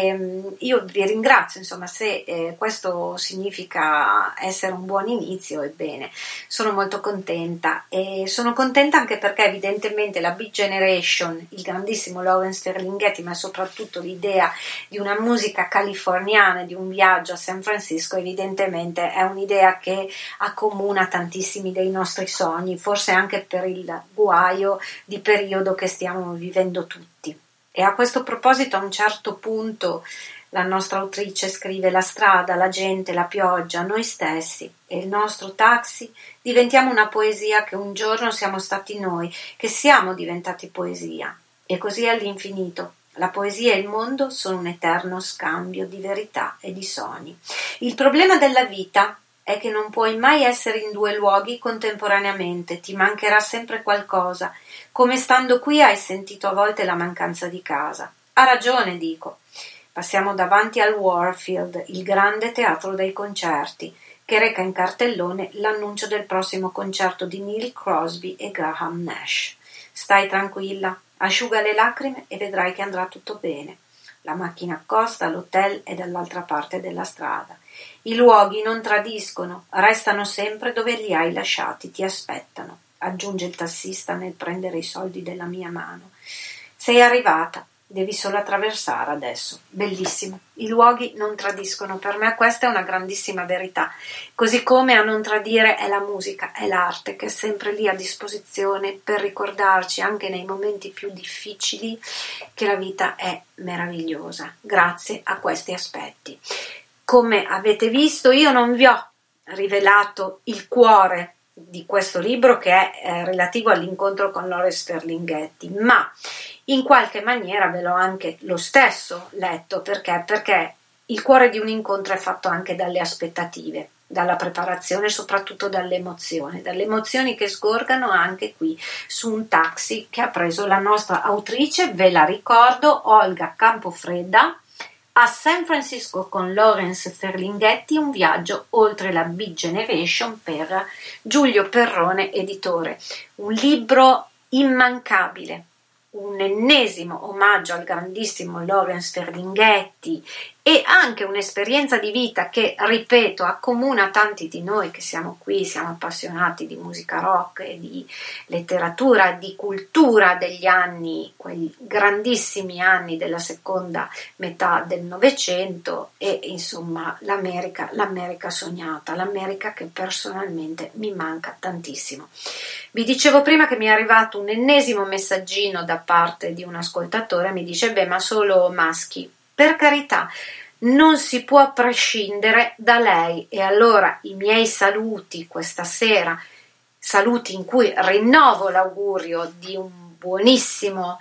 e io vi ringrazio, insomma, se questo significa essere un buon inizio, ebbene, sono molto contenta, e sono contenta anche perché evidentemente la Beat Generation, il grandissimo Lawrence Ferlinghetti, ma soprattutto l'idea di una musica californiana, di un viaggio a San Francisco, evidentemente è un'idea che accomuna tantissimi dei nostri sogni, forse anche per il guaio di periodo che stiamo vivendo tutti. E a questo proposito, a un certo punto, la nostra autrice scrive: la strada, la gente, la pioggia, noi stessi e il nostro taxi diventiamo una poesia che un giorno siamo stati noi, che siamo diventati poesia, e così all'infinito. La poesia e il mondo sono un eterno scambio di verità e di sogni. Il problema della vita è che non puoi mai essere in due luoghi contemporaneamente, ti mancherà sempre qualcosa, come stando qui hai sentito a volte la mancanza di casa. Ha ragione, dico. Passiamo davanti al Warfield, il grande teatro dei concerti, che reca in cartellone l'annuncio del prossimo concerto di Neil Crosby e Graham Nash. Stai tranquilla, asciuga le lacrime e vedrai che andrà tutto bene. La macchina accosta, l'hotel è dall'altra parte della strada. I luoghi non tradiscono, restano sempre dove li hai lasciati, ti aspettano, aggiunge il tassista nel prendere i soldi della mia mano. Sei arrivata, devi solo attraversare adesso. Bellissimo, i luoghi non tradiscono, per me questa è una grandissima verità, così come a non tradire è la musica, è l'arte, che è sempre lì a disposizione per ricordarci anche nei momenti più difficili che la vita è meravigliosa, grazie a questi aspetti. Come avete visto, io non vi ho rivelato il cuore di questo libro, che è relativo all'incontro con Lawrence Ferlinghetti, ma in qualche maniera ve l'ho anche lo stesso letto. Perché il cuore di un incontro è fatto anche dalle aspettative, dalla preparazione, soprattutto dalle emozioni che sgorgano anche qui su un taxi che ha preso la nostra autrice, ve la ricordo, Olga Campofredda, a San Francisco con Lawrence Ferlinghetti, un viaggio oltre la Beat Generation, per Giulio Perrone editore. Un libro immancabile, un ennesimo omaggio al grandissimo Lawrence Ferlinghetti e anche un'esperienza di vita che, ripeto, accomuna tanti di noi che siamo qui, siamo appassionati di musica rock e di letteratura, di cultura degli anni, quei grandissimi anni della seconda metà del Novecento, e insomma l'America sognata, l'America che personalmente mi manca tantissimo. Vi dicevo prima che mi è arrivato un ennesimo messaggino da parte di un ascoltatore, mi dice: beh, ma solo maschi. Per carità, non si può prescindere da lei, e allora i miei saluti questa sera, saluti in cui rinnovo l'augurio di un buonissimo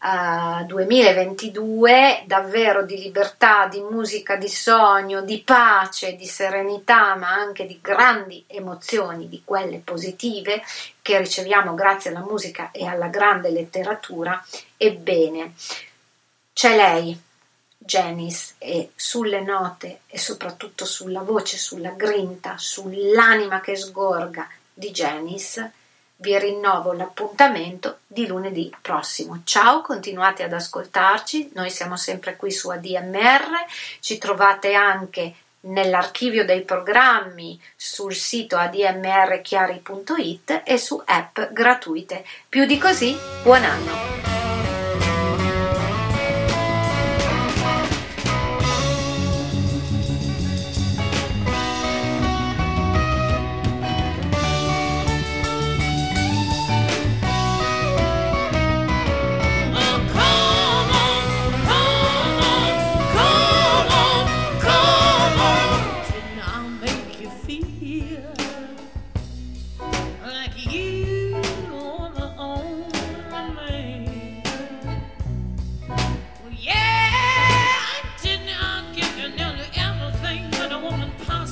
2022, davvero di libertà, di musica, di sogno, di pace, di serenità, ma anche di grandi emozioni, di quelle positive che riceviamo grazie alla musica e alla grande letteratura. Ebbene, c'è lei, Janis, e sulle note e soprattutto sulla voce, sulla grinta, sull'anima che sgorga di Janis, vi rinnovo l'appuntamento di lunedì prossimo. Ciao, continuate ad ascoltarci, noi siamo sempre qui su ADMR, ci trovate anche nell'archivio dei programmi sul sito admrchiari.it e su app gratuite. Più di così, buon anno! Like you are the only man.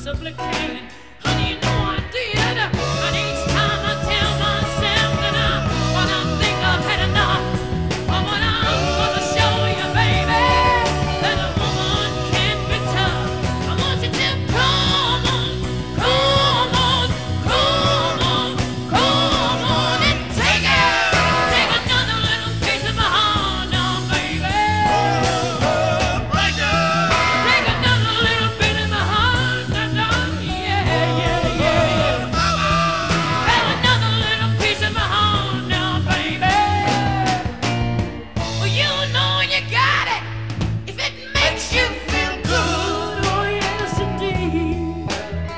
possibly can. Honey, you know I did. And each time I tell myself that when I think I've had enough, but when I'm gonna show you, baby, that a woman can be tough. I want you to come on, come on, come on, come on and take another little piece of my heart now, baby. Take another little bit of my heart now, yeah, yeah, yeah. Have another little piece of my heart now, baby. Well, you know you got it if it makes you feel good. Oh, yes, indeed.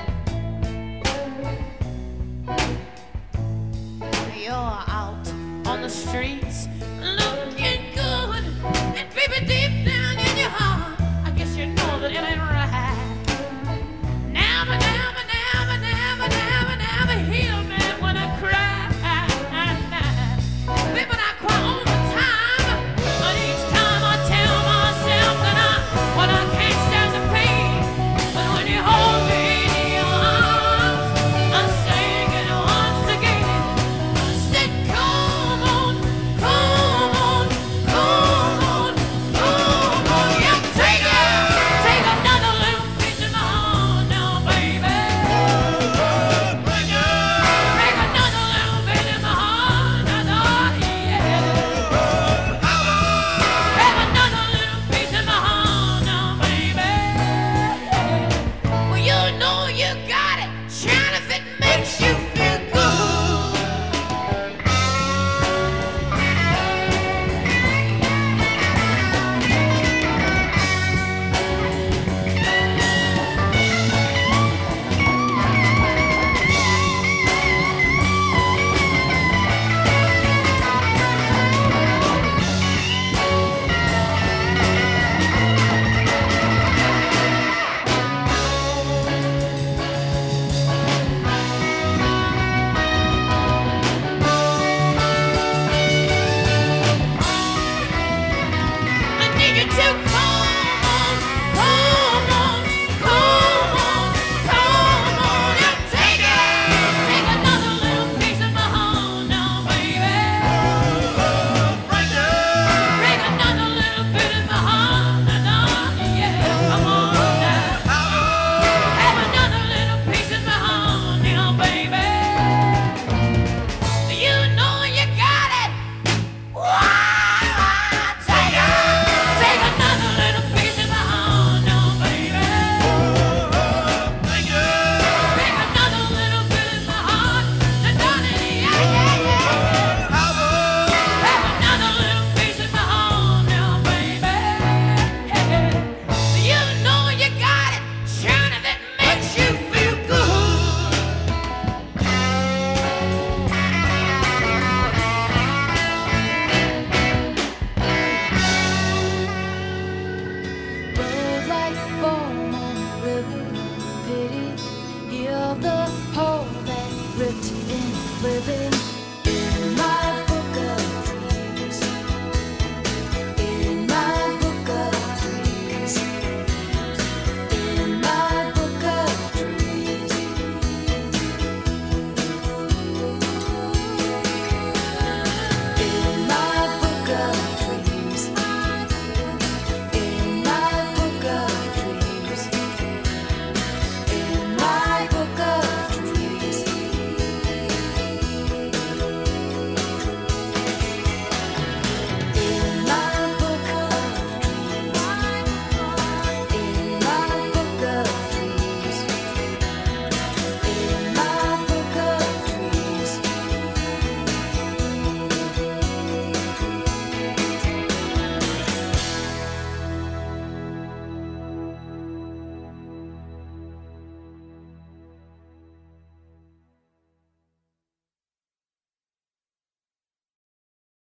You're out on the streets looking good, and baby, deep down in your heart, I guess you know that it ain't right. Never, never, never, never, never, never heal me when I cry. Baby, I cry all the time, but each time I tell myself that I can't stand the pain. But when you hold me in your arms, I'm saying it once again. I said, come on, come on, come on, come on. Yeah, take another little piece of my heart now, baby. Take another little bit of my heart now, yeah. Have another little piece of my heart now, baby. Well, you know you got it, shine if it makes you feel good. I need you to come on, come on, come on, come on and take another little piece of my heart now, baby. Break another little bit of my heart now, yeah, come on now. Have another little piece of my heart now, baby. You know you got it. Take another little piece of my heart now, baby. Take another little bit of my heart, and darling, yeah, yeah, yeah. Have another little piece of my heart now, baby. You know you got it, shine if it makes you feel good. Road like foam on the river, pity. Heal the hole that ripped in with it.